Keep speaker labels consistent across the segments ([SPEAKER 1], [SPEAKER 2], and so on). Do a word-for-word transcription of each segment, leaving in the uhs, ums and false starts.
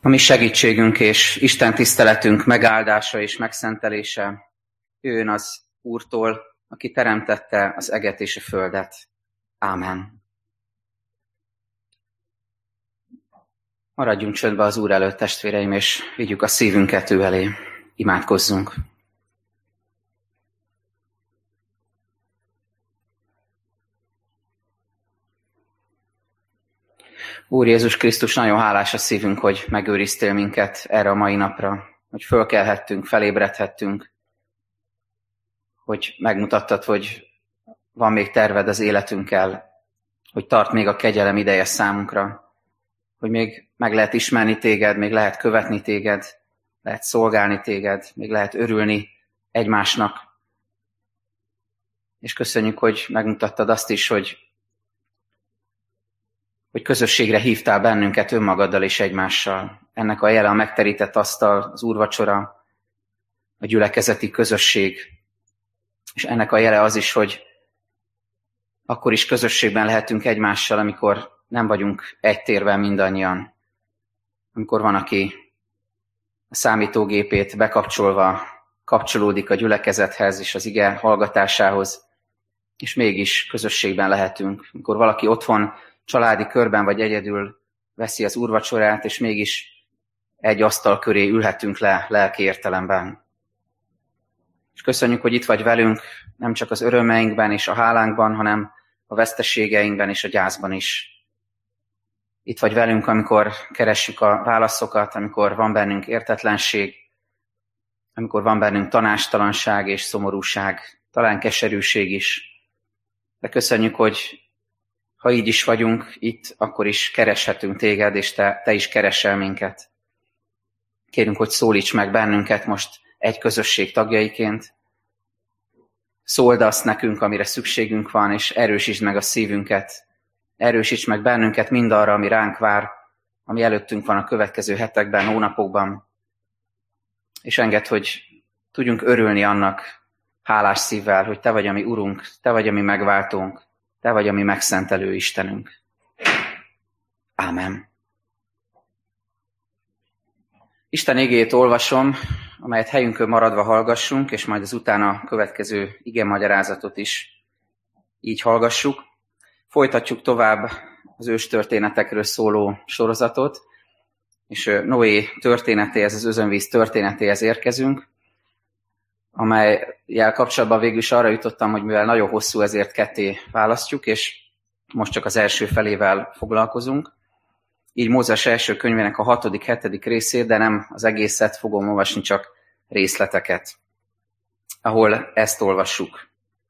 [SPEAKER 1] A mi segítségünk és Isten tiszteletünk megáldása és megszentelése jöjjön az Úrtól, aki teremtette az eget és a földet. Ámen. Maradjunk csöndbe az Úr előtt, testvéreim, és vigyük a szívünket ő elé. Imádkozzunk. Úr Jézus Krisztus, nagyon hálás a szívünk, hogy megőriztél minket erre a mai napra, hogy fölkelhettünk, felébredhettünk, hogy megmutattad, hogy van még terved az életünkkel, hogy tart még a kegyelem ideje számunkra, hogy még meg lehet ismerni téged, még lehet követni téged, lehet szolgálni téged, még lehet örülni egymásnak. És köszönjük, hogy megmutattad azt is, hogy hogy közösségre hívtál bennünket önmagaddal és egymással. Ennek a jele a megterített asztal, az úrvacsora, a gyülekezeti közösség, és ennek a jele az is, hogy akkor is közösségben lehetünk egymással, amikor nem vagyunk egy térben mindannyian. Amikor van, aki a számítógépét bekapcsolva kapcsolódik a gyülekezethez és az ige hallgatásához, és mégis közösségben lehetünk. Amikor valaki otthon családi körben vagy egyedül veszi az úrvacsorát, és mégis egy asztal köré ülhetünk le lelki értelemben. És köszönjük, hogy itt vagy velünk, nem csak az örömeinkben és a hálánkban, hanem a veszteségeinkben és a gyászban is. Itt vagy velünk, amikor keressük a válaszokat, amikor van bennünk értetlenség, amikor van bennünk tanástalanság és szomorúság, talán keserűség is. De köszönjük, hogy ha így is vagyunk itt, akkor is kereshetünk téged, és te, te is keresel minket. Kérünk, hogy szólíts meg bennünket most egy közösség tagjaiként. Szóld azt nekünk, amire szükségünk van, és erősítsd meg a szívünket. Erősíts meg bennünket mindarra, ami ránk vár, ami előttünk van a következő hetekben, hónapokban. És engedd, hogy tudjunk örülni annak hálás szívvel, hogy te vagy a mi Urunk, te vagy a mi megváltónk, te vagy a mi megszentelő Istenünk. Ámen. Isten igéjét olvasom, amelyet helyünkön maradva hallgassunk, és majd az utána következő igémagyarázatot is így hallgassuk. Folytatjuk tovább az őstörténetekről szóló sorozatot, és Noé történetéhez, az özönvíz történetéhez érkezünk, amellyel kapcsolatban végül is arra jutottam, hogy mivel nagyon hosszú, ezért ketté választjuk, és most csak az első felével foglalkozunk. Így Mózes első könyvének a hatodik, hetedik részét, de nem az egészet fogom olvasni, csak részleteket, ahol ezt olvassuk.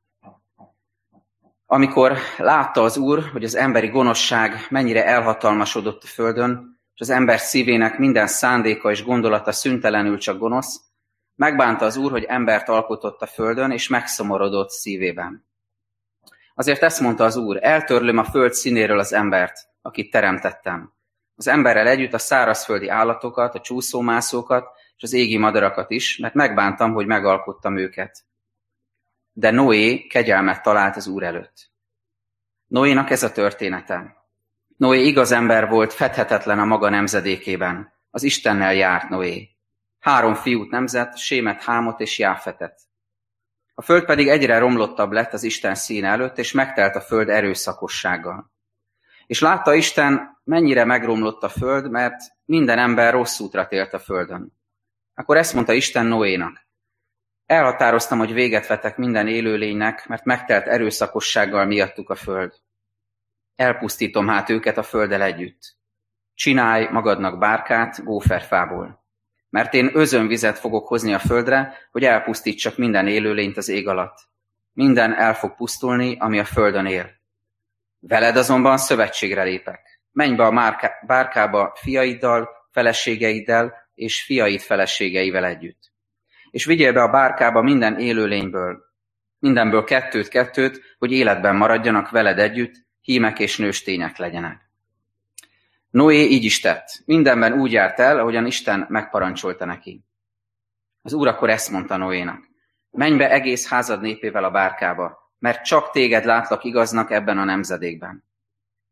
[SPEAKER 1] Amikor látta az Úr, hogy az emberi gonoszság mennyire elhatalmasodott a földön, és az ember szívének minden szándéka és gondolata szüntelenül csak gonosz, megbánta az Úr, hogy embert alkotott a földön, és megszomorodott szívében. Azért ezt mondta az Úr, eltörlöm a föld színéről az embert, akit teremtettem. Az emberrel együtt a szárazföldi állatokat, a csúszómászókat és az égi madarakat is, mert megbántam, hogy megalkottam őket. De Noé kegyelmet talált az Úr előtt. Noénak ez a története. Noé igaz ember volt, fedhetetlen a maga nemzedékében. Az Istennel járt Noé. Három fiút nemzett, Sémet, Hámot és Jáfetet. A föld pedig egyre romlottabb lett az Isten színe előtt, és megtelt a föld erőszakossággal. És látta Isten, mennyire megromlott a föld, mert minden ember rossz útra tért a földön. Akkor ezt mondta Isten Noénak. Elhatároztam, hogy véget vetek minden élőlénynek, mert megtelt erőszakossággal miattuk a föld. Elpusztítom hát őket a földdel együtt. Csinálj magadnak bárkát góferfából. Mert én özönvizet fogok hozni a földre, hogy elpusztítsak minden élőlényt az ég alatt. Minden el fog pusztulni, ami a földön él. Veled azonban szövetségre lépek. Menj be a bárkába fiaiddal, feleségeiddel és fiaid feleségeivel együtt. És vigyél be a bárkába minden élőlényből, mindenből kettőt-kettőt, hogy életben maradjanak veled együtt, hímek és nőstények legyenek. Noé így is tett. Mindenben úgy járt el, ahogyan Isten megparancsolta neki. Az Úr akkor ezt mondta Noénak. Menj be egész házad népével a bárkába, mert csak téged látlak igaznak ebben a nemzedékben.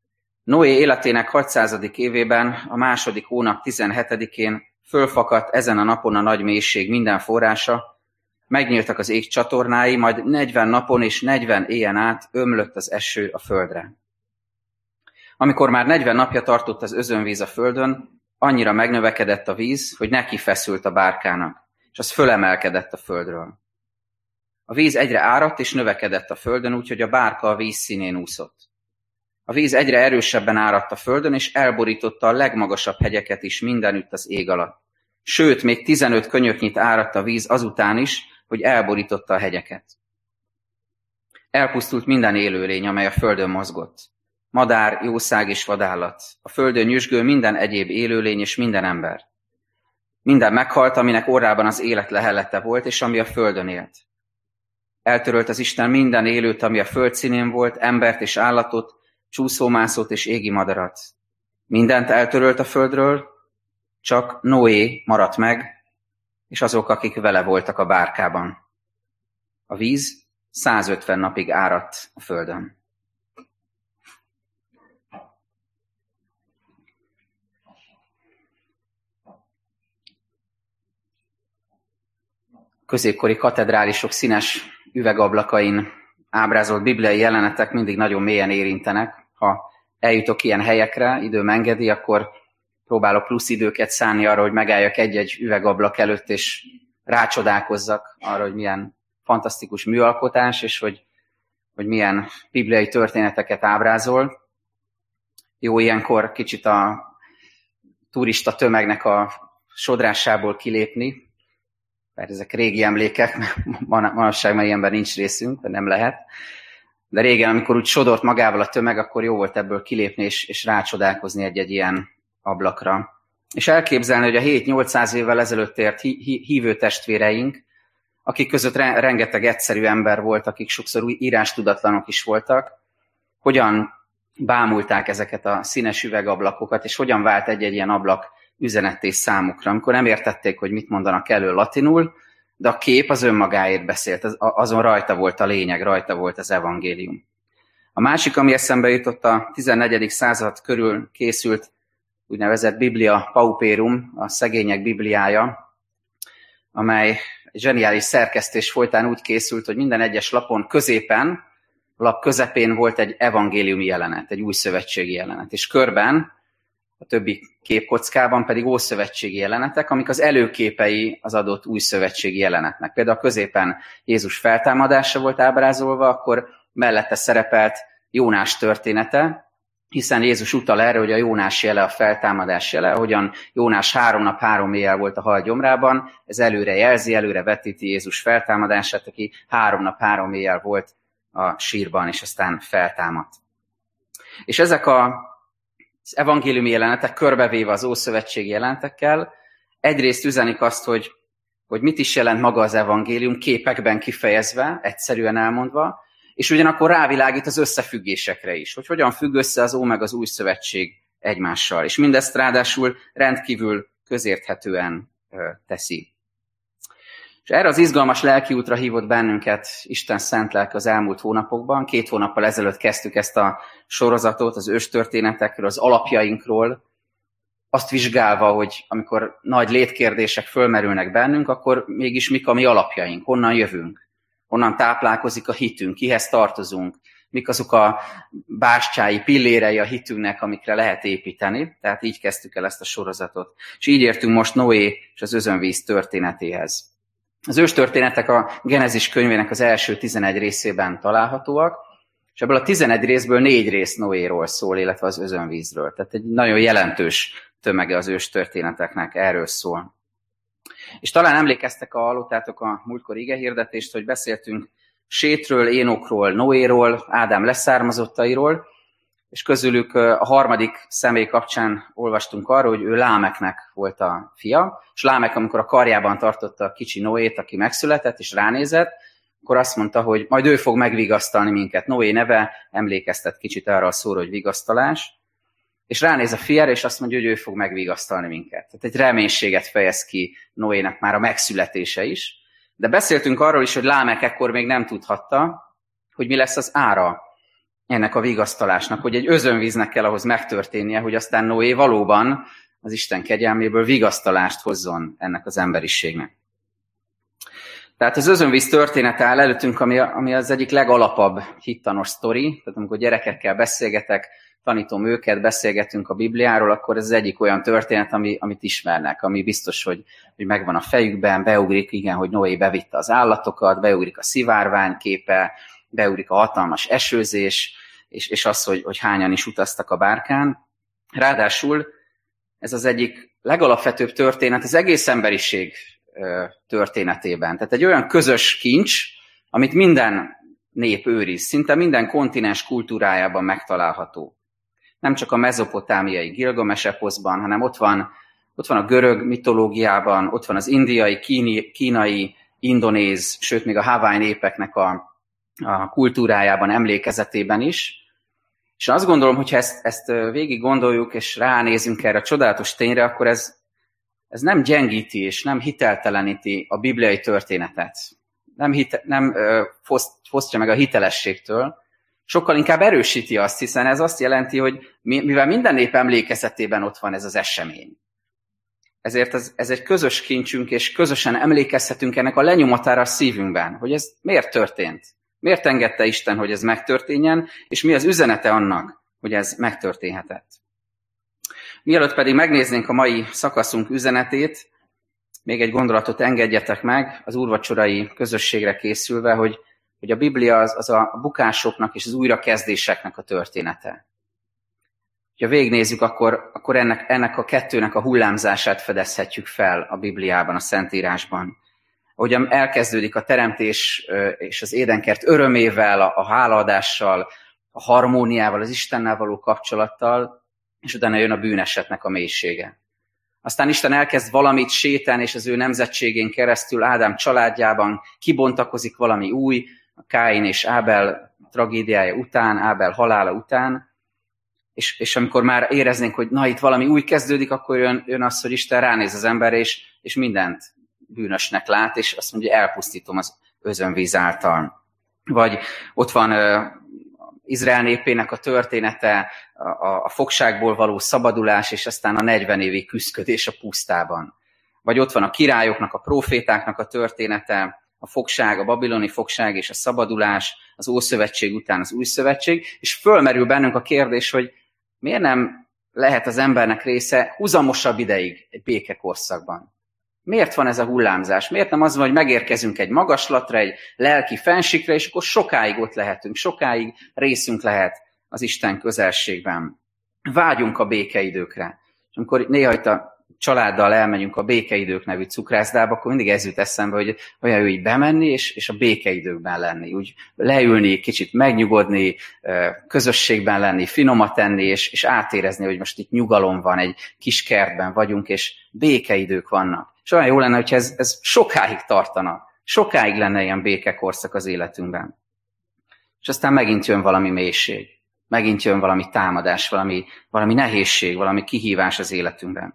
[SPEAKER 1] Noé életének hatszázadik évében, a második hónap tizenhetedikén fölfakadt ezen a napon a nagy mélység minden forrása, megnyíltak az ég csatornái, majd negyven napon és negyven éjjel át ömlött az eső a földre. Amikor már negyven napja tartott az özönvíz a földön, annyira megnövekedett a víz, hogy neki feszült a bárkának, és az fölemelkedett a földről. A víz egyre áradt és növekedett a földön, úgyhogy a bárka a víz színén úszott. A víz egyre erősebben áradt a földön, és elborította a legmagasabb hegyeket is mindenütt az ég alatt. Sőt, még tizenöt könyöknyit áradt a víz azután is, hogy elborította a hegyeket. Elpusztult minden élőlény, amely a földön mozgott. Madár, jószág és vadállat. A földön nyüzsgő minden egyéb élőlény és minden ember. Minden meghalt, aminek orrában az élet lehellete volt, és ami a földön élt. Eltörölt az Isten minden élőt, ami a föld színén volt, embert és állatot, csúszómászót és égi madarat. Mindent eltörölt a földről, csak Noé maradt meg, és azok, akik vele voltak a bárkában. A víz százötven napig áradt a földön. Középkori katedrálisok színes üvegablakain ábrázolt bibliai jelenetek mindig nagyon mélyen érintenek. Ha eljutok ilyen helyekre, időm engedi, akkor próbálok plusz időket szánni arra, hogy megálljak egy-egy üvegablak előtt, és rácsodálkozzak arra, hogy milyen fantasztikus műalkotás, és hogy, hogy milyen bibliai történeteket ábrázol. Jó ilyenkor kicsit a turista tömegnek a sodrásából kilépni, mert ezek régi emlékek, manapság már ilyenben nincs részünk, nem lehet. De régen, amikor úgy sodort magával a tömeg, akkor jó volt ebből kilépni és, és rácsodálkozni egy-egy ilyen ablakra. És elképzelni, hogy a hét-nyolcszáz évvel ezelőtt ért hívő testvéreink, akik között rengeteg egyszerű ember volt, akik sokszor írástudatlanok is voltak, hogyan bámulták ezeket a színes üvegablakokat, és hogyan vált egy-egy ilyen ablak üzenetté számukra, amikor nem értették, hogy mit mondanak elő latinul, de a kép az önmagáért beszélt, azon rajta volt a lényeg, rajta volt az evangélium. A másik, ami eszembe jutott, a tizennegyedik század körül készült úgynevezett Biblia Pauperum, a szegények bibliája, amely zseniális szerkesztés folytán úgy készült, hogy minden egyes lapon középen, lap közepén volt egy evangéliumi jelenet, egy új szövetségi jelenet, és körben, a többi képkockában pedig ószövetségi jelenetek, amik az előképei az adott új szövetségi jelenetnek. Például a középen Jézus feltámadása volt ábrázolva, akkor mellette szerepelt Jónás története, hiszen Jézus utal erre, hogy a Jónás jele a feltámadás jele, ahogyan Jónás három nap, három éjjel volt a hal gyomrában, ez előre jelzi, előre vetíti Jézus feltámadását, aki három nap, három éjjel volt a sírban, és aztán feltámadt. És ezek a az evangéliumi jelenetek körbevéve az ószövetségi jelentekkel egyrészt üzenik azt, hogy, hogy mit is jelent maga az evangélium, képekben kifejezve, egyszerűen elmondva, és ugyanakkor rávilágít az összefüggésekre is, hogy hogyan függ össze az ó meg az új szövetség egymással. És mindezt ráadásul rendkívül közérthetően teszi. És erre az izgalmas lelkiútra hívott bennünket Isten szent lelke az elmúlt hónapokban. Két hónappal ezelőtt kezdtük ezt a sorozatot az őstörténetekről, az alapjainkról, azt vizsgálva, hogy amikor nagy létkérdések fölmerülnek bennünk, akkor mégis mik a mi alapjaink, honnan jövünk, honnan táplálkozik a hitünk, kihez tartozunk, mik azok a bástyái, pillérei a hitünknek, amikre lehet építeni. Tehát így kezdtük el ezt a sorozatot. És így értünk most Noé és az özönvíz történetéhez. Az őstörténetek a Genezis könyvének az első tizenegy részében találhatóak, és ebből a tizenegy részből négy rész Noéról szól, illetve az özönvízről. Tehát egy nagyon jelentős tömege az őstörténeteknek erről szól. És talán emlékeztek, ha hallottátok a múltkor igehirdetést, hogy beszéltünk Sétről, Énokról, Noéról, Ádám leszármazottairól, és közülük a harmadik személy kapcsán olvastunk arról, hogy ő Lámeknek volt a fia, és Lámek, amikor a karjában tartotta a kicsi Noét, aki megszületett és ránézett, akkor azt mondta, hogy majd ő fog megvigasztalni minket. Noé neve emlékeztet kicsit arra a szóra, hogy vigasztalás, és ránéz a fiára, és azt mondja, hogy ő fog megvigasztalni minket. Tehát egy reménységet fejez ki Noének már a megszületése is. De beszéltünk arról is, hogy Lámek ekkor még nem tudhatta, hogy mi lesz az ára ennek a vigasztalásnak, hogy egy özönvíznek kell ahhoz megtörténnie, hogy aztán Noé valóban az Isten kegyelméből vigasztalást hozzon ennek az emberiségnek. Tehát az özönvíz története áll előttünk, ami, ami az egyik legalapabb hittanos sztori. Tehát amikor gyerekekkel beszélgetek, tanítom őket, beszélgetünk a Bibliáról, akkor ez az egyik olyan történet, ami, amit ismernek, ami biztos, hogy, hogy megvan a fejükben, beugrik, igen, hogy Noé bevitte az állatokat, beugrik a szivárvány képe, beugrik a hatalmas esőzés, és, és az, hogy, hogy hányan is utaztak a bárkán. Ráadásul ez az egyik legalapvetőbb történet az egész emberiség történetében. Tehát egy olyan közös kincs, amit minden nép őriz, szinte minden kontinens kultúrájában megtalálható. Nem csak a mezopotámiai Gilgames eposzban, hanem ott van, ott van a görög mitológiában, ott van az indiai, kíni, kínai, indonéz, sőt még a Hawaii népeknek a, a kultúrájában, emlékezetében is. És azt gondolom, hogy ha ezt, ezt végig gondoljuk, és ránézünk erre a csodálatos tényre, akkor ez, ez nem gyengíti és nem hitelteleníti a bibliai történetet. Nem, hite, nem ö, foszt, fosztja meg a hitelességtől, sokkal inkább erősíti azt, hiszen ez azt jelenti, hogy mi, mivel minden nép emlékezetében ott van ez az esemény. Ezért ez, ez egy közös kincsünk, és közösen emlékezhetünk ennek a lenyomatára a szívünkben, hogy ez miért történt. Miért engedte Isten, hogy ez megtörténjen, és mi az üzenete annak, hogy ez megtörténhetett. Mielőtt pedig megnéznénk a mai szakaszunk üzenetét, még egy gondolatot engedjetek meg, az úrvacsorai közösségre készülve, hogy, hogy a Biblia az, az a bukásoknak és az újrakezdéseknek a története. Ha végignézzük, akkor, akkor ennek, ennek a kettőnek a hullámzását fedezhetjük fel a Bibliában, a Szentírásban. Ahogyan elkezdődik a teremtés és az édenkert örömével, a, a hálaadással, a harmóniával, az Istennel való kapcsolattal, és utána jön a bűnesetnek a mélysége. Aztán Isten elkezd valamit sétálni, és az ő nemzetségén keresztül Ádám családjában kibontakozik valami új, a Káin és Ábel tragédiája után, Ábel halála után, és, és amikor már éreznénk, hogy na itt valami új kezdődik, akkor jön, jön az, hogy Isten ránéz az emberre, és, és mindent bűnösnek lát, és azt mondja, hogy elpusztítom az özönvíz által. Vagy ott van uh, Izrael népének a története, a, a fogságból való szabadulás, és aztán a negyven évi küszködés a pusztában. Vagy ott van a királyoknak, a prófétáknak a története, a fogság, a babiloni fogság és a szabadulás, az Ószövetség után az Új Szövetség, és fölmerül bennünk a kérdés, hogy miért nem lehet az embernek része húzamosabb ideig egy békekorszakban? Miért van ez a hullámzás? Miért nem az van, hogy megérkezünk egy magaslatra, egy lelki fennsíkra, és akkor sokáig ott lehetünk, sokáig részünk lehet az Isten közelségben. Vágyunk a békeidőkre. És amikor néha itt a családdal elmegyünk a Békeidők nevű cukrászdába, akkor mindig ez jut eszembe, hogy olyan jó így bemenni, és, és a békeidőkben lenni. Úgy leülni, kicsit megnyugodni, közösségben lenni, finomat enni, és, és átérezni, hogy most itt nyugalom van, egy kis kertben vagyunk, és békeidők vannak. És olyan jó lenne, hogyha ez, ez sokáig tartana. Sokáig lenne ilyen békekorszak az életünkben. És aztán megint jön valami mélység. Megint jön valami támadás, valami, valami nehézség, valami kihívás az életünkben.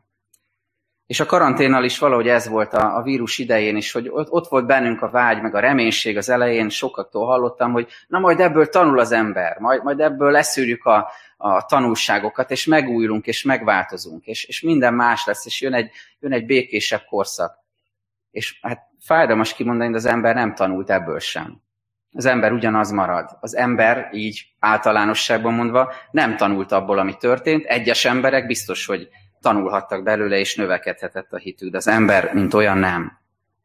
[SPEAKER 1] És a karanténnal is valahogy ez volt a, a vírus idején is, hogy ott, ott volt bennünk a vágy, meg a reménység az elején, sokaktól hallottam, hogy na majd ebből tanul az ember, majd, majd ebből leszűrjük a, a tanulságokat, és megújulunk, és megváltozunk, és, és minden más lesz, és jön egy, jön egy békésebb korszak. És hát fájdalmas kimondani, de az ember nem tanult ebből sem. Az ember ugyanaz marad. Az ember, így általánosságban mondva, nem tanult abból, ami történt. Egyes emberek biztos, hogy tanulhattak belőle, és növekedhetett a hitük, de az ember, mint olyan, nem.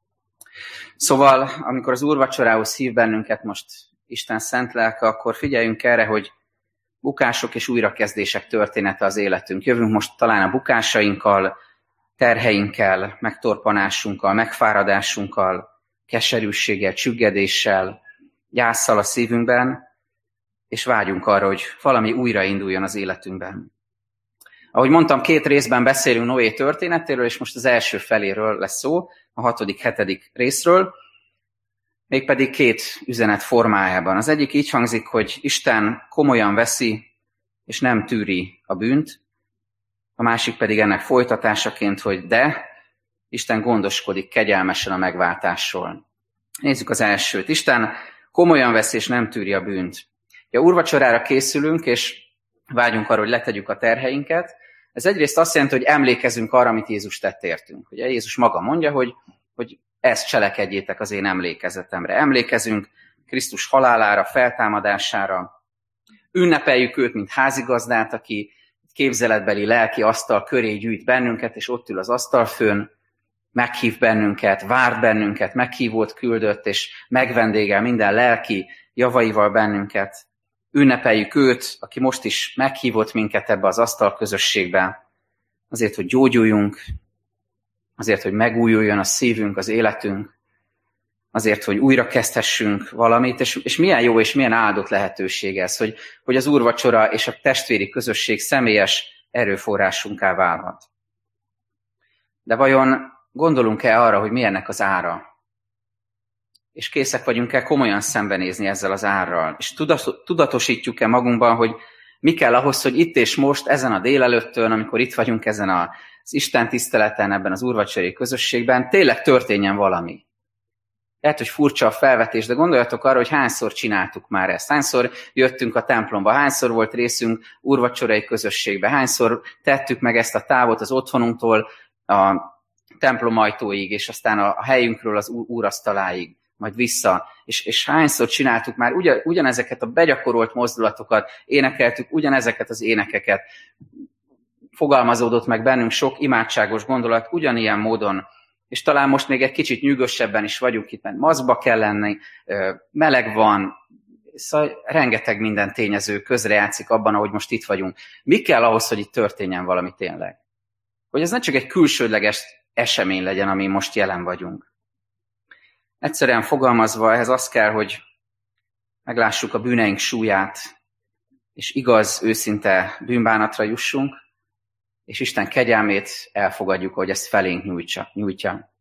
[SPEAKER 1] Szóval, amikor az úrvacsorához hív bennünket most Isten szent lelke, akkor figyeljünk erre, hogy bukások és újrakezdések története az életünk. Jövünk most talán a bukásainkkal, terheinkkel, megtorpanásunkkal, megfáradásunkkal, keserűséggel, csüggedéssel, gyásszal a szívünkben, és vágyunk arra, hogy valami újrainduljon az életünkben. Ahogy mondtam, két részben beszélünk Noé történetéről, és most az első feléről lesz szó, a hatodik, hetedik részről, mégpedig két üzenet formájában. Az egyik így hangzik, hogy Isten komolyan veszi, és nem tűri a bűnt, a másik pedig ennek folytatásaként, hogy de, Isten gondoskodik kegyelmesen a megváltásról. Nézzük az elsőt. Isten komolyan veszi, és nem tűri a bűnt. Ha úrvacsorára készülünk, és vágyunk arra, hogy letegyük a terheinket, ez egyrészt azt jelenti, hogy emlékezünk arra, amit Jézus tett értünk. Ugye Jézus maga mondja, hogy, hogy ezt cselekedjétek az én emlékezetemre. Emlékezünk Krisztus halálára, feltámadására, ünnepeljük őt, mint házigazdát, aki képzeletbeli lelki asztal köré gyűjt bennünket, és ott ül az asztalfőn, meghív bennünket, várt bennünket, meghívott, küldött, és megvendégel minden lelki javaival bennünket. Ünnepeljük őt, aki most is meghívott minket ebbe az asztal közösségbe, azért, hogy gyógyuljunk, azért, hogy megújuljon a szívünk, az életünk, azért, hogy újra kezdhessünk valamit, és, és milyen jó és milyen áldott lehetőség ez, hogy, hogy az úrvacsora és a testvéri közösség személyes erőforrásunká válhat. De vajon gondolunk-e arra, hogy mi ennek az ára? És készek vagyunk-e komolyan szembenézni ezzel az árral? És tudatosítjuk-e magunkban, hogy mi kell ahhoz, hogy itt és most, ezen a délelőttön, amikor itt vagyunk ezen az Isten tiszteleten, ebben az úrvacsori közösségben, tényleg történjen valami. Lehet, hogy furcsa a felvetés, de gondoljatok arra, hogy hányszor csináltuk már ezt. Hányszor jöttünk a templomba, hányszor volt részünk úrvacsorai közösségbe, hányszor tettük meg ezt a távot az otthonunktól a templom ajtóig, és aztán a helyünkről az úrasztaláig, majd vissza. És, és hányszor csináltuk már ugyan, ugyanezeket a begyakorolt mozdulatokat, énekeltük ugyanezeket az énekeket, fogalmazódott meg bennünk sok imádságos gondolat ugyanilyen módon, és talán most még egy kicsit nyűgösebben is vagyunk itt, mert maszkba kell lenni, meleg van, szóval rengeteg minden tényező közrejátszik abban, ahogy most itt vagyunk. Mi kell ahhoz, hogy itt történjen valami tényleg? Hogy ez ne csak egy külsődleges esemény legyen, ami most jelen vagyunk. Egyszerűen fogalmazva ehhez az kell, hogy meglássuk a bűneink súlyát, és igaz, őszinte bűnbánatra jussunk, és Isten kegyelmét elfogadjuk, hogy ezt felénk nyújtsa, nyújtja.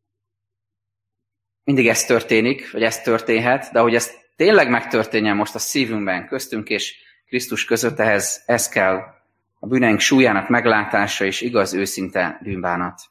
[SPEAKER 1] Mindig ez történik, vagy ez történhet, de hogy ez tényleg megtörténjen most a szívünkben, köztünk és Krisztus között, ehhez ez kell, a bűneink súlyának meglátása és igaz, őszinte bűnbánat.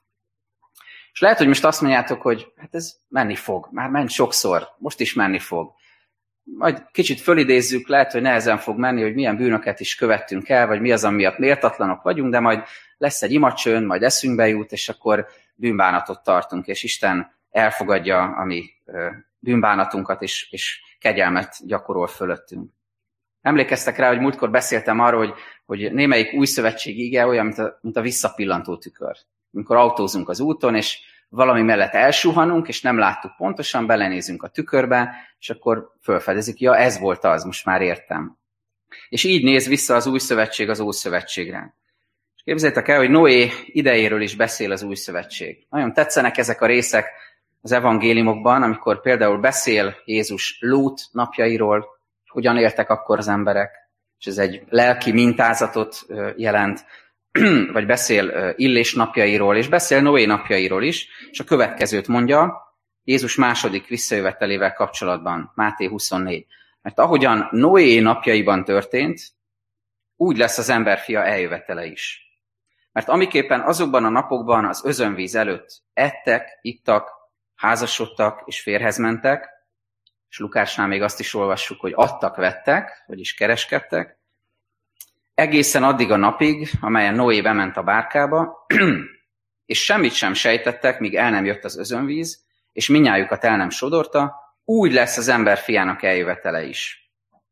[SPEAKER 1] És lehet, hogy most azt mondjátok, hogy hát ez menni fog, már ment sokszor, most is menni fog. Majd kicsit fölidézzük, lehet, hogy nehezen fog menni, hogy milyen bűnöket is követtünk el, vagy mi az, amiatt méltatlanok vagyunk, de majd lesz egy imacsőn, majd eszünkbe jut, és akkor bűnbánatot tartunk, és Isten elfogadja a mi bűnbánatunkat, és, és kegyelmet gyakorol fölöttünk. Emlékeztek rá, hogy múltkor beszéltem arról, hogy, hogy némelyik új szövetségi ige olyan, mint a, mint a visszapillantó tükör. Amikor autózunk az úton, és valami mellett elsuhanunk, és nem láttuk pontosan, belenézünk a tükörbe, és akkor felfedezik, ja, ez volt az, most már értem. És így néz vissza az új szövetség az Ószövetségre. És képzeljétek el, hogy Noé idejéről is beszél az új szövetség. Nagyon tetszenek ezek a részek az evangéliumokban, amikor például beszél Jézus Lút napjairól, hogyan éltek akkor az emberek, és ez egy lelki mintázatot jelent, vagy beszél Illés napjairól, és beszél Noé napjairól is, és a következőt mondja Jézus második visszajövetelével kapcsolatban, Máté huszonnégy. Mert ahogyan Noé napjaiban történt, úgy lesz az emberfia eljövetele is. Mert amiképpen azokban a napokban az özönvíz előtt ettek, ittak, házasodtak és férhez mentek, és Lukácsnál még azt is olvassuk, hogy adtak, vettek, vagyis kereskedtek, egészen addig a napig, amelyen Noé bement a bárkába, és semmit sem sejtettek, míg el nem jött az özönvíz, és mindnyájukat el nem sodorta, úgy lesz az ember fiának eljövetele is.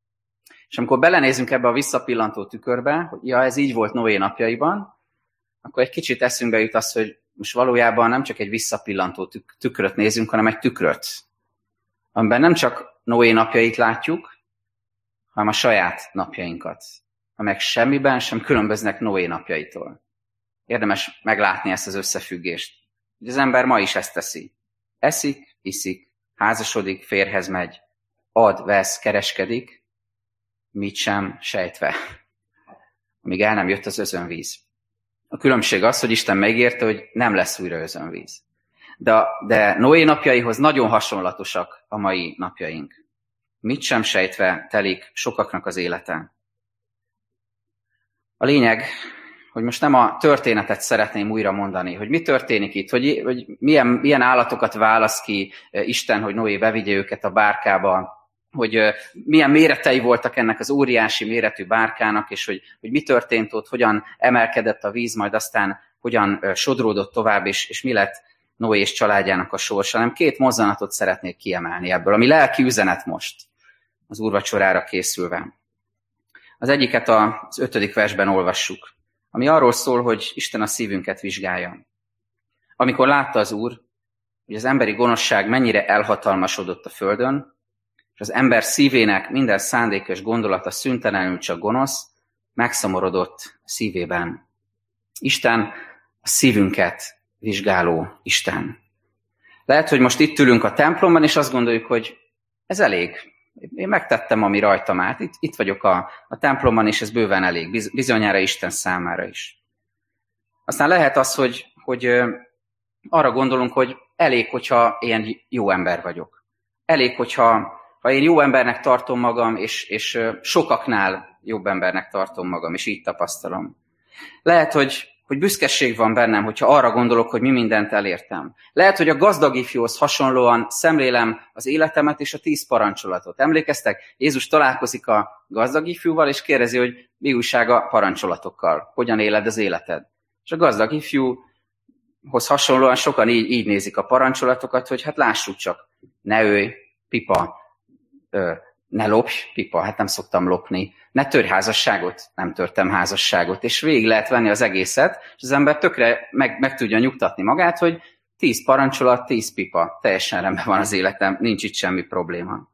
[SPEAKER 1] És amikor belenézünk ebbe a visszapillantó tükörbe, hogy ja, ez így volt Noé napjaiban, akkor egy kicsit eszünkbe jut az, hogy most valójában nem csak egy visszapillantó tükröt nézünk, hanem egy tükröt, amiben nem csak Noé napjait látjuk, hanem a saját napjainkat, amelyek semmiben sem különböznek Noé napjaitól. Érdemes meglátni ezt az összefüggést. Hogy az ember ma is ezt teszi. Eszik, iszik, házasodik, férhez megy, ad, vesz, kereskedik, mit sem sejtve, amíg el nem jött az özönvíz. A különbség az, hogy Isten megírta, hogy nem lesz újra özönvíz. De, de Noé napjaihoz nagyon hasonlatosak a mai napjaink. Mit sem sejtve telik sokaknak az élete. A lényeg, hogy most nem a történetet szeretném újra mondani, hogy mi történik itt, hogy, hogy milyen, milyen állatokat választ ki Isten, hogy Noé bevigye őket a bárkába, hogy milyen méretei voltak ennek az óriási méretű bárkának, és hogy, hogy mi történt ott, hogyan emelkedett a víz, majd aztán hogyan sodródott tovább, és, és mi lett Noé és családjának a sorsa. Nem két mozzanatot szeretnék kiemelni ebből, ami lelki üzenet most az úrvacsorára készülve. Az egyiket az ötödik versben olvassuk, ami arról szól, hogy Isten a szívünket vizsgálja. Amikor látta az Úr, hogy az emberi gonoszság mennyire elhatalmasodott a földön, és az ember szívének minden szándékos gondolata szüntelenül csak gonosz, megszomorodott szívében. Isten a szívünket vizsgáló Isten. Lehet, hogy most itt ülünk a templomban, és azt gondoljuk, hogy ez elég. Én megtettem, ami rajtam állt. Itt, itt vagyok a, a templomban, és ez bőven elég. Bizonyára Isten számára is. Aztán lehet az, hogy, hogy arra gondolunk, hogy elég, hogyha én jó ember vagyok. Elég, hogyha ha én jó embernek tartom magam, és, és sokaknál jobb embernek tartom magam, és így tapasztalom. Lehet, hogy, hogy büszkeség van bennem, hogyha arra gondolok, hogy mi mindent elértem. Lehet, hogy a gazdag ifjúhoz hasonlóan szemlélem az életemet és a tíz parancsolatot. Emlékeztek? Jézus találkozik a gazdag ifjúval, és kérdezi, hogy mi újság a parancsolatokkal, hogyan éled az életed. És a gazdag ifjúhoz hasonlóan sokan így, így nézik a parancsolatokat, hogy hát lássuk csak, ne ölj, pipa, ö, ne lopj, pipa, hát nem szoktam lopni, ne törj házasságot, nem törtem házasságot, és végig lehet venni az egészet, és az ember tökre meg, meg tudja nyugtatni magát, hogy tíz parancsolat, tíz pipa, teljesen rendben van az életem, nincs itt semmi probléma.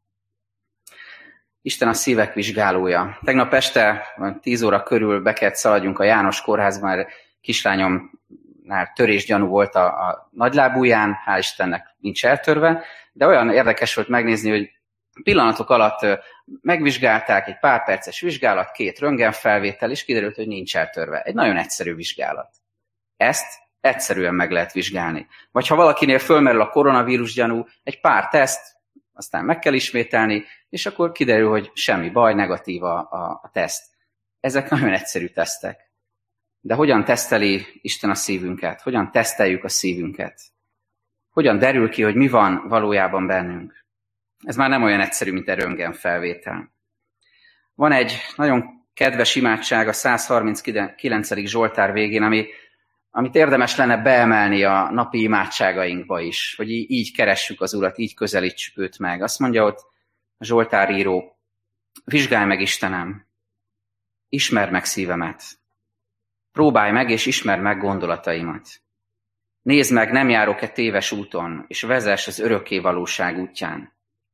[SPEAKER 1] Isten a szívek vizsgálója. Tegnap este, tíz óra körül be kellett szaladjunk a János kórházba, mert kislányomnál törésgyanú volt a, a nagylábúján, hál' Istennek nincs eltörve, de olyan érdekes volt megnézni, hogy pillanatok alatt megvizsgálták, egy pár perces vizsgálat, két röntgenfelvétel, és kiderült, hogy nincs eltörve. Egy nagyon egyszerű vizsgálat. Ezt egyszerűen meg lehet vizsgálni. Vagy ha valakinél fölmerül a koronavírus gyanú, egy pár teszt, aztán meg kell ismételni, és akkor kiderül, hogy semmi baj, negatív a, a, a teszt. Ezek nagyon egyszerű tesztek. De hogyan teszteli Isten a szívünket? Hogyan teszteljük a szívünket? Hogyan derül ki, hogy mi van valójában bennünk? Ez már nem olyan egyszerű, mint egy röntgenfelvétel. Van egy nagyon kedves imádság a száz harminckilencedik Zsoltár végén, ami, amit érdemes lenne beemelni a napi imádságainkba is, hogy így keressük az Urat, így közelítsük őt meg. Azt mondja ott a Zsoltáríró, vizsgálj meg, Istenem, ismerd meg szívemet, próbálj meg és ismerd meg gondolataimat. Nézd meg, nem járok-e téves úton, és vezess az örökké valóság útján.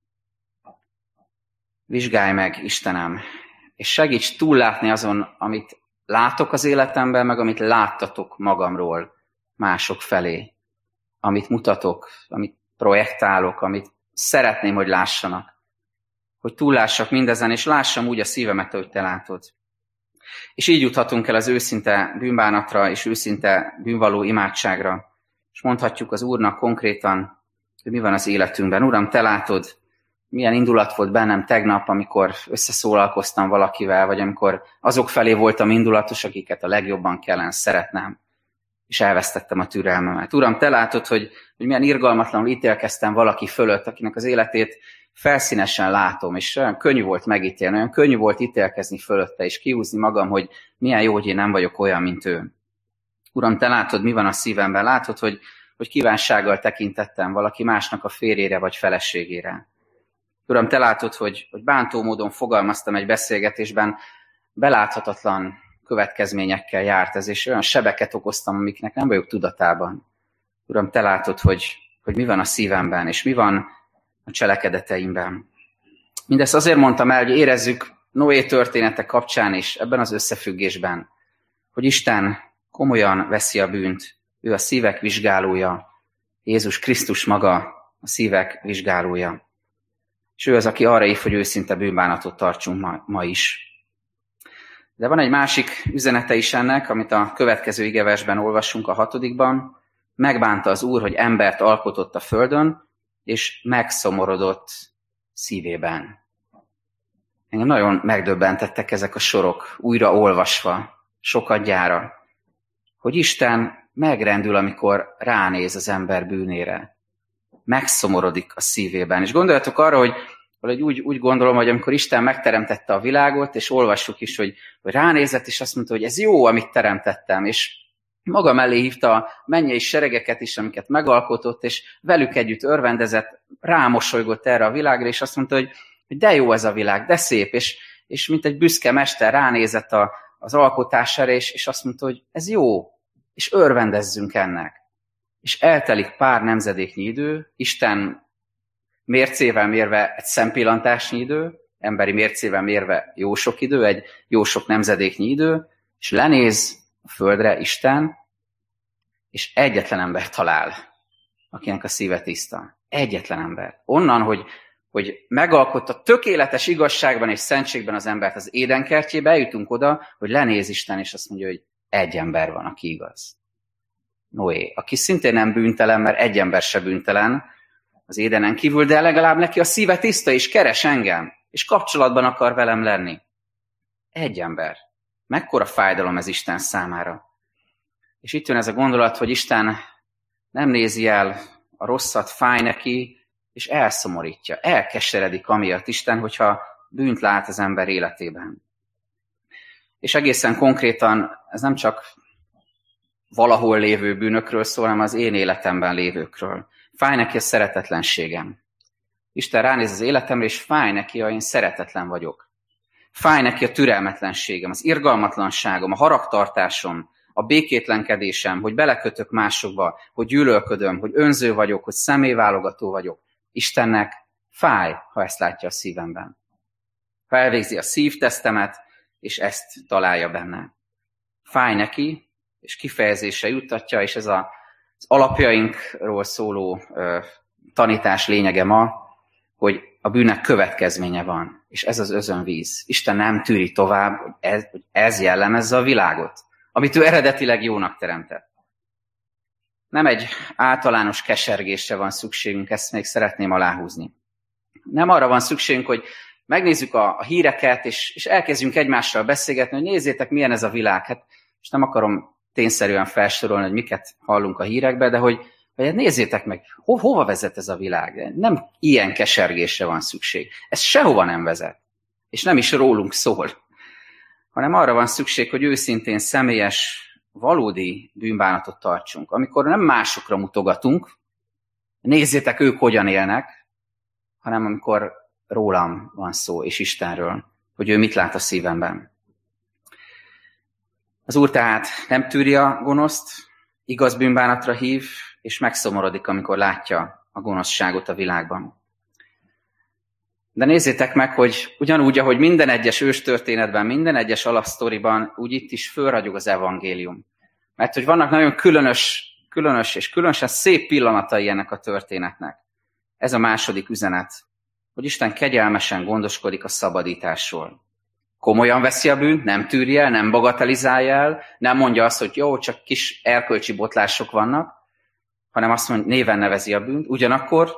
[SPEAKER 1] Vizsgálj meg, Istenem, és segíts túllátni azon, amit látok az életemben, meg amit láttatok magamról mások felé. Amit mutatok, amit projektálok, amit szeretném, hogy lássanak. Hogy túllássak mindezen, és lássam úgy a szívemet, ahogy te látod. És így juthatunk el az őszinte bűnbánatra és őszinte bűnvaló imádságra. És mondhatjuk az Úrnak konkrétan, hogy mi van az életünkben. Uram, te látod, milyen indulat volt bennem tegnap, amikor összeszólalkoztam valakivel, vagy amikor azok felé voltam indulatos, akiket a legjobban kellene szeretnem, és elvesztettem a türelmemet. Uram, te látod, hogy, hogy milyen irgalmatlanul ítélkeztem valaki fölött, akinek az életét felszínesen látom, és olyan könnyű volt megítélni, olyan könnyű volt ítélkezni fölötte, és kihúzni magam, hogy milyen jó, hogy én nem vagyok olyan, mint ő. Uram, te látod, mi van a szívemben, látod, hogy, hogy kívánsággal tekintettem valaki másnak a férjére vagy feleségére. Uram, te látod, hogy, hogy bántó módon fogalmaztam egy beszélgetésben, beláthatatlan következményekkel járt ez, és olyan sebeket okoztam, amiknek nem vagyok tudatában. Uram, te látod, hogy, hogy mi van a szívemben, és mi van a cselekedeteimben. Mindezt azért mondtam el, hogy érezzük Noé története kapcsán is, ebben az összefüggésben, hogy Isten komolyan veszi a bűnt, ő a szívek vizsgálója, Jézus Krisztus maga a szívek vizsgálója. És ő az, aki arra hív, hogy őszinte bűnbánatot tartsunk ma, ma is. De van egy másik üzenete is ennek, amit a következő igeversben olvassunk a hatodikban. Megbánta az Úr, hogy embert alkotott a földön, és megszomorodott szívében. Engem nagyon megdöbbentettek ezek a sorok, újra olvasva, sokadjára, hogy Isten megrendül, amikor ránéz az ember bűnére. Megszomorodik a szívében. És gondoljatok arra, hogy Valahogy úgy, úgy gondolom, hogy amikor Isten megteremtette a világot, és olvassuk is, hogy, hogy ránézett, és azt mondta, hogy ez jó, amit teremtettem, és maga mellé hívta a mennyei seregeket is, amiket megalkotott, és velük együtt örvendezett, rámosolygott erre a világra, és azt mondta, hogy, hogy de jó ez a világ, de szép, és, és mint egy büszke mester ránézett a, az alkotására, és, és azt mondta, hogy ez jó, és örvendezzünk ennek. És eltelik pár nemzedéknyi idő, Isten mércével mérve egy szempillantásnyi idő, emberi mércével mérve jó sok idő, egy jó sok nemzedéknyi idő, és lenéz a földre Isten, és egyetlen ember talál, akinek a szíve tiszta. Egyetlen ember. Onnan, hogy, hogy megalkotta tökéletes igazságban és szentségben az embert az édenkertjébe, eljutunk oda, hogy lenéz Isten, és azt mondja, hogy egy ember van, aki igaz. Noé, aki szintén nem bűntelen, mert egy ember se bűntelen az édenen kívül, de legalább neki a szíve tiszta, és keres engem, és kapcsolatban akar velem lenni. Egy ember. Mekkora fájdalom ez Isten számára. És itt jön ez a gondolat, hogy Isten nem nézi el a rosszat, fáj neki, és elszomorítja, elkeseredik amiatt Isten, hogyha bűnt lát az ember életében. És egészen konkrétan ez nem csak valahol lévő bűnökről szól, hanem az én életemben lévőkről. Fáj neki a szeretetlenségem. Isten ránéz az életemre, és fáj neki, ha én szeretetlen vagyok. Fáj neki a türelmetlenségem, az irgalmatlanságom, a haragtartásom, a békétlenkedésem, hogy belekötök másokba, hogy gyűlölködöm, hogy önző vagyok, hogy személyválogató vagyok. Istennek fáj, ha ezt látja a szívemben. Ha elvégzi a szívtesztemet, és ezt találja benne. Fáj neki, és kifejezésre juttatja, és ez a, az alapjainkról szóló ö, tanítás lényege ma, hogy a bűnnek következménye van, és ez az özönvíz. Isten nem tűri tovább, hogy ez, hogy ez jellemezze a világot, amit ő eredetileg jónak teremtett. Nem egy általános kesergésre van szükségünk, ezt még szeretném aláhúzni. Nem arra van szükségünk, hogy megnézzük a, a híreket, és, és elkezdjünk egymással beszélgetni, hogy nézzétek, milyen ez a világ. Hát, és nem akarom tényszerűen felsorolni, hogy miket hallunk a hírekbe, de hogy, hogy nézzétek meg, ho, hova vezet ez a világ. Nem ilyen kesergésre van szükség. Ez sehova nem vezet. És nem is rólunk szól. Hanem arra van szükség, hogy őszintén személyes, valódi bűnbánatot tartsunk. Amikor nem másokra mutogatunk, nézzétek, ők hogyan élnek, hanem amikor rólam van szó, és Istenről, hogy ő mit lát a szívemben. Az Úr tehát nem tűri a gonoszt, igaz bűnbánatra hív, és megszomorodik, amikor látja a gonoszságot a világban. De nézzétek meg, hogy ugyanúgy, ahogy minden egyes őstörténetben, minden egyes alapsztoriban, úgy itt is fölragyog az evangélium. Mert hogy vannak nagyon különös, különös és különösen szép pillanatai ennek a történetnek. Ez a második üzenet, hogy Isten kegyelmesen gondoskodik a szabadításról. Komolyan veszi a bűnt, nem tűri el, nem bagatelizálja el, nem mondja azt, hogy jó, csak kis erkölcsi botlások vannak, hanem azt mondja, néven nevezi a bűnt, ugyanakkor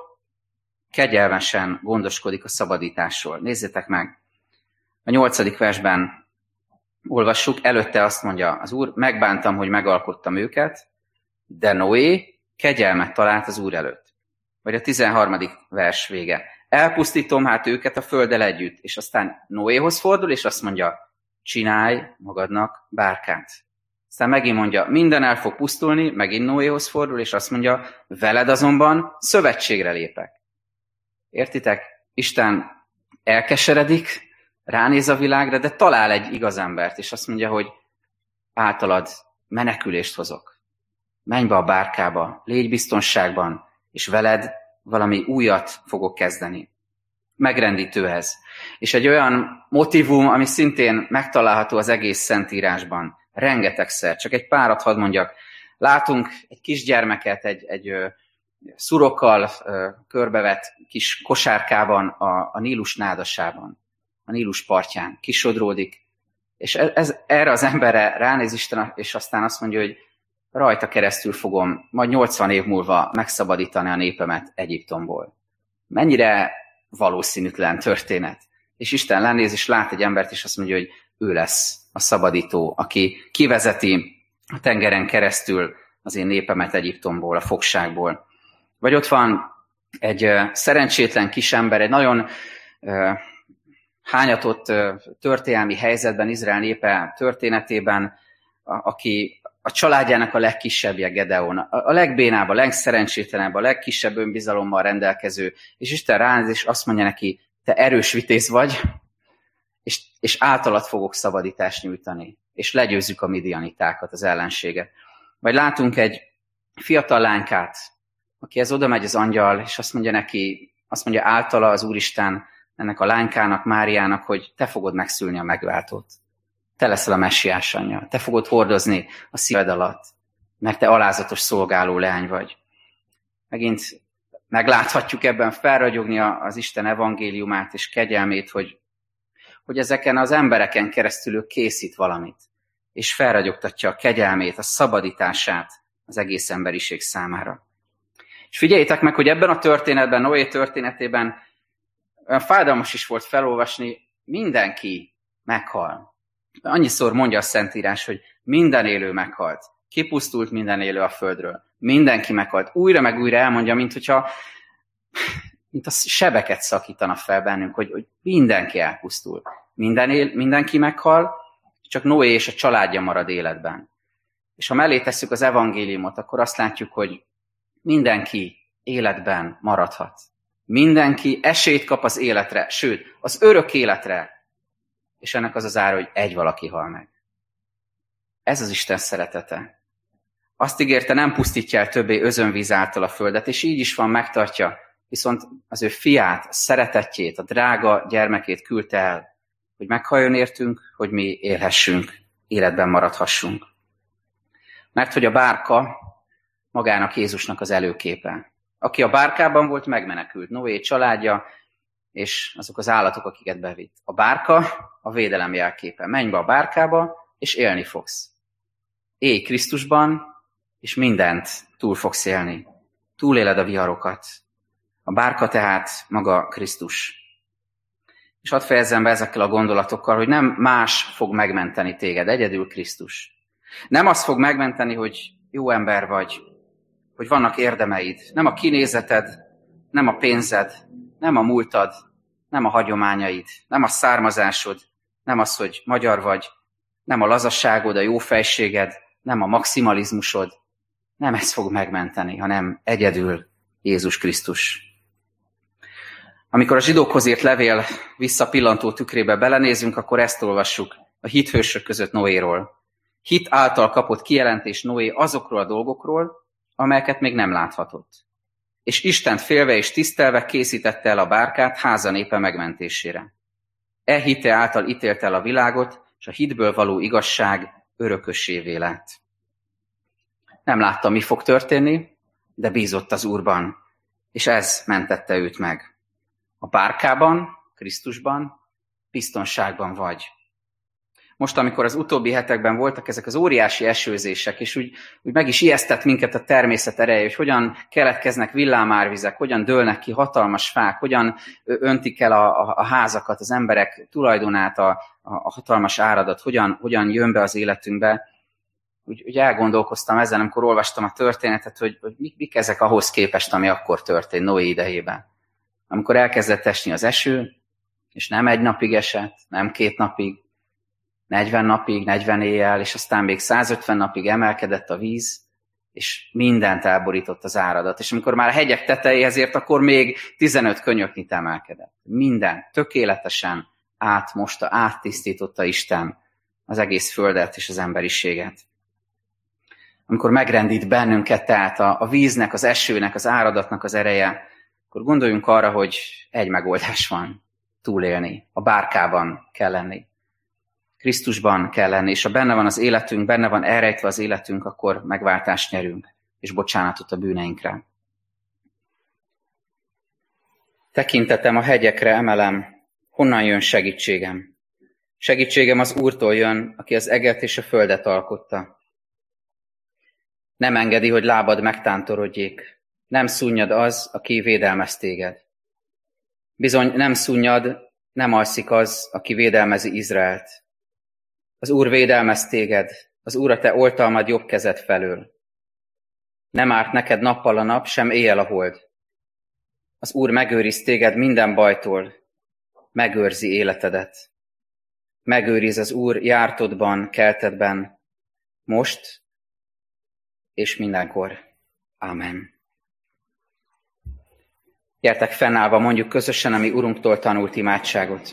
[SPEAKER 1] kegyelmesen gondoskodik a szabadításról. Nézzétek meg, a nyolcadik versben olvassuk, előtte azt mondja az Úr, megbántam, hogy megalkottam őket, de Noé kegyelmet talált az Úr előtt. Vagy a tizenharmadik vers vége. Elpusztítom hát őket a földdel együtt, és aztán Noéhoz fordul, és azt mondja, csinálj magadnak bárkát. Aztán megint mondja, minden el fog pusztulni, megint Noéhoz fordul, és azt mondja, veled azonban szövetségre lépek. Értitek? Isten elkeseredik, ránéz a világra, de talál egy igaz embert, és azt mondja, hogy általad menekülést hozok. Menj be a bárkába, légy biztonságban, és veled valami újat fogok kezdeni. Megrendítő ez. És egy olyan motivum, ami szintén megtalálható az egész Szentírásban. Rengetegszer. Csak egy párat hadd mondjak. Látunk egy kisgyermeket, egy, egy szurokkal körbevett kis kosárkában a, a Nílus nádasában, a Nílus partján. Kisodródik. És ez, erre az emberre ránéz Isten, és aztán azt mondja, hogy rajta keresztül fogom majd nyolcvan év múlva megszabadítani a népemet Egyiptomból. Mennyire valószínűtlen történet. És Isten lenéz, és lát egy embert, és azt mondja, hogy ő lesz a szabadító, aki kivezeti a tengeren keresztül az én népemet Egyiptomból, a fogságból. Vagy ott van egy szerencsétlen kisember, egy nagyon hányatott történelmi helyzetben, Izrael népe történetében, aki a családjának a legkisebbje, Gedeon, a legbénább, a legszerencsétlenebb, a legkisebb önbizalommal rendelkező, és Isten ránéz, és azt mondja neki, te erős vitéz vagy, és, és általad fogok szabadítást nyújtani, és legyőzzük a midianitákat, az ellenséget. Vagy látunk egy fiatal lánykát, akihez oda megy az angyal, és azt mondja neki, azt mondja általa az Úristen ennek a lánykának, Máriának, hogy te fogod megszülni a megváltót. Te leszel a messiás anyja, te fogod hordozni a szíved alatt, mert te alázatos szolgáló leány vagy. Megint megláthatjuk ebben felragyogni az Isten evangéliumát és kegyelmét, hogy, hogy ezeken az embereken keresztül ő készít valamit, és felragyogtatja a kegyelmét, a szabadítását az egész emberiség számára. És figyeljétek meg, hogy ebben a történetben, Noé történetében olyan fájdalmas is volt felolvasni, mindenki meghal. Annyiszor mondja a Szentírás, hogy minden élő meghalt. Kipusztult minden élő a földről. Mindenki meghalt. Újra meg újra elmondja, mint hogyha mint a sebeket szakítana fel bennünk, hogy, hogy mindenki elpusztul. Minden él, mindenki meghal, csak Noé és a családja marad életben. És ha mellé tesszük az evangéliumot, akkor azt látjuk, hogy mindenki életben maradhat. Mindenki esélyt kap az életre, sőt, az örök életre. És ennek az az ára, hogy egy valaki hal meg. Ez az Isten szeretete. Azt ígérte, nem pusztítja el többé özönvíz által a földet, és így is van, megtartja, viszont az ő fiát, a szeretetjét, a drága gyermekét küldte el, hogy meghalljon értünk, hogy mi élhessünk, életben maradhassunk. Mert hogy a bárka magának Jézusnak az előképe. Aki a bárkában volt, megmenekült. Noé családja, és azok az állatok, akiket bevitt. A bárka a védelem jelképe. Menj be a bárkába, és élni fogsz. Élj Krisztusban, és mindent túl fogsz élni. Túléled a viharokat. A bárka tehát maga Krisztus. És hadd fejezzem be ezekkel a gondolatokkal, hogy nem más fog megmenteni téged, egyedül Krisztus. Nem azt fog megmenteni, hogy jó ember vagy, hogy vannak érdemeid. Nem a kinézeted, nem a pénzed, nem a múltad, nem a hagyományaid, nem a származásod, nem az, hogy magyar vagy, nem a lazasságod, a jófejséged, nem a maximalizmusod. Nem ez fog megmenteni, hanem egyedül Jézus Krisztus. Amikor a zsidókhoz írt levél visszapillantó tükrébe belenézünk, akkor ezt olvassuk a hithősök között Noéról. Hit által kapott kijelentés Noé azokról a dolgokról, amelyeket még nem láthatott. És Istent félve és tisztelve készítette el a bárkát háza népe megmentésére. E hite által ítélte el a világot, és a hitből való igazság örökössévé lett. Nem látta, mi fog történni, de bízott az Úrban, és ez mentette őt meg. A bárkában, Krisztusban, biztonságban vagy. Most, amikor az utóbbi hetekben voltak ezek az óriási esőzések, és úgy, úgy meg is ijesztett minket a természet ereje, hogy hogyan keletkeznek villámárvizek, hogyan dőlnek ki hatalmas fák, hogyan öntik el a, a, a házakat, az emberek tulajdonát, a, a hatalmas áradat, hogyan, hogyan jön be az életünkbe. Úgy, úgy elgondolkoztam ezen, amikor olvastam a történetet, hogy, hogy mik, mik ezek ahhoz képest, ami akkor történt Noé idejében. Amikor elkezdett esni az eső, és nem egy napig esett, nem két napig, negyven napig, negyven éjjel, és aztán még százötven napig emelkedett a víz, és mindent elborított az áradat. És amikor már a hegyek tetejéhez ért, akkor még tizenöt könyöknyit emelkedett. Minden tökéletesen átmosta, áttisztította Isten az egész földet és az emberiséget. Amikor megrendít bennünket tehát a, a víznek, az esőnek, az áradatnak az ereje, akkor gondoljunk arra, hogy egy megoldás van: túlélni. A bárkában kell lenni. Krisztusban kell lenni, és ha benne van az életünk, benne van elrejtve az életünk, akkor megváltást nyerünk, és bocsánatot a bűneinkre. Tekintetem a hegyekre emelem, honnan jön segítségem? Segítségem az Úrtól jön, aki az eget és a földet alkotta. Nem engedi, hogy lábad megtántorodjék. Nem szunnyad az, aki védelmez téged. Bizony nem szunnyad, nem alszik az, aki védelmezi Izraelt. Az Úr védelmez téged, az Úr a te oltalmad jobb kezed felől. Nem árt neked nappal a nap, sem éjjel a hold. Az Úr megőriz téged minden bajtól, megőrzi életedet. Megőriz az Úr jártodban, keltedben, most és mindenkor. Ámen. Gyertek fennállva, mondjuk közösen a mi Urunktól tanult imádságot.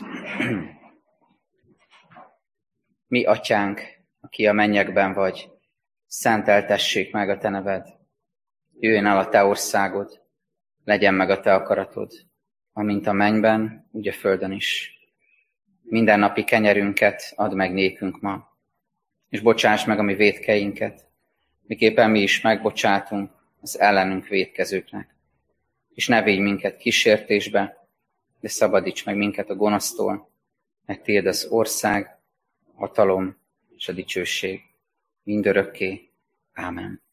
[SPEAKER 1] Mi atyánk, aki a mennyekben vagy, szenteltessék meg a te neved. Jöjjön el a te országod, legyen meg a te akaratod, amint a mennyben, úgy a földön is. Minden napi kenyerünket add meg nékünk ma, és bocsáss meg a mi vétkeinket, miképpen mi is megbocsátunk az ellenünk vétkezőknek. És ne védj minket kísértésbe, de szabadíts meg minket a gonosztól, mert tiéd az ország, a hatalom és a dicsőség mindörökké. Ámen.